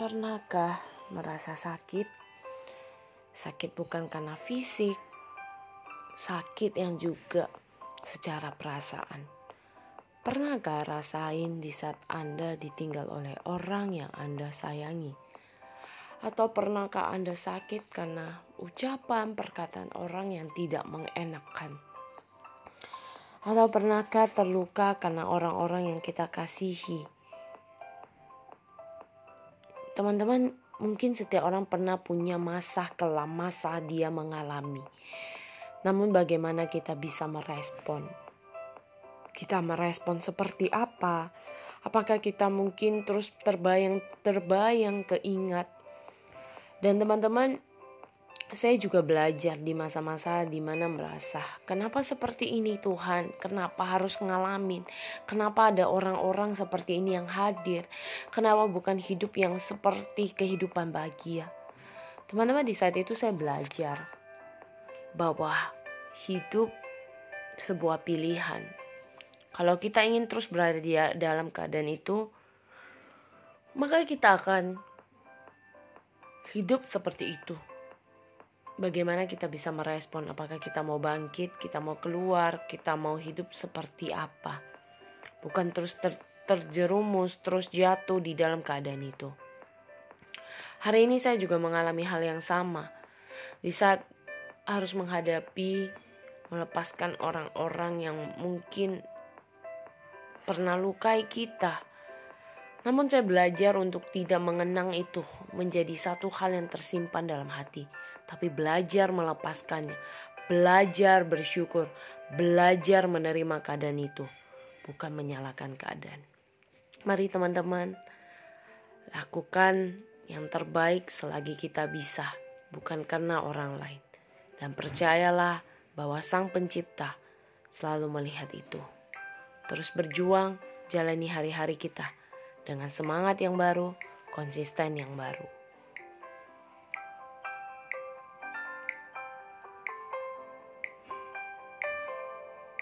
Pernahkah merasa sakit? Sakit bukan karena fisik, sakit yang juga secara perasaan. Pernahkah rasain di saat Anda ditinggal oleh orang yang Anda sayangi? Atau pernahkah Anda sakit karena ucapan perkataan orang yang tidak mengenakan? Atau pernahkah terluka karena orang-orang yang kita kasihi? Teman-teman, mungkin setiap orang pernah punya masa kelam, masa dia mengalami. Namun bagaimana kita bisa merespon? Kita merespon seperti apa? Apakah kita mungkin terus terbayang keingat? Dan teman-teman, saya juga belajar di masa-masa dimana merasa, kenapa seperti ini Tuhan? Kenapa harus ngalamin? Kenapa ada orang-orang seperti ini yang hadir? Kenapa bukan hidup yang seperti kehidupan bahagia? Teman-teman, di saat itu saya belajar bahwa hidup sebuah pilihan. Kalau kita ingin terus berada di dalam keadaan itu, maka kita akan hidup seperti itu. Bagaimana kita bisa merespon? Apakah kita mau bangkit, kita mau keluar, kita mau hidup seperti apa? Bukan terus terjerumus, terus jatuh di dalam keadaan itu. Hari ini saya juga mengalami hal yang sama. Di saat harus menghadapi, melepaskan orang-orang yang mungkin pernah lukai kita. Namun saya belajar untuk tidak mengenang itu menjadi satu hal yang tersimpan dalam hati. Tapi belajar melepaskannya, belajar bersyukur, belajar menerima keadaan itu. Bukan menyalahkan keadaan. Mari teman-teman, lakukan yang terbaik selagi kita bisa. Bukan karena orang lain. Dan percayalah bahwa Sang Pencipta selalu melihat itu. Terus berjuang, jalani hari-hari kita dengan semangat yang baru, konsisten yang baru.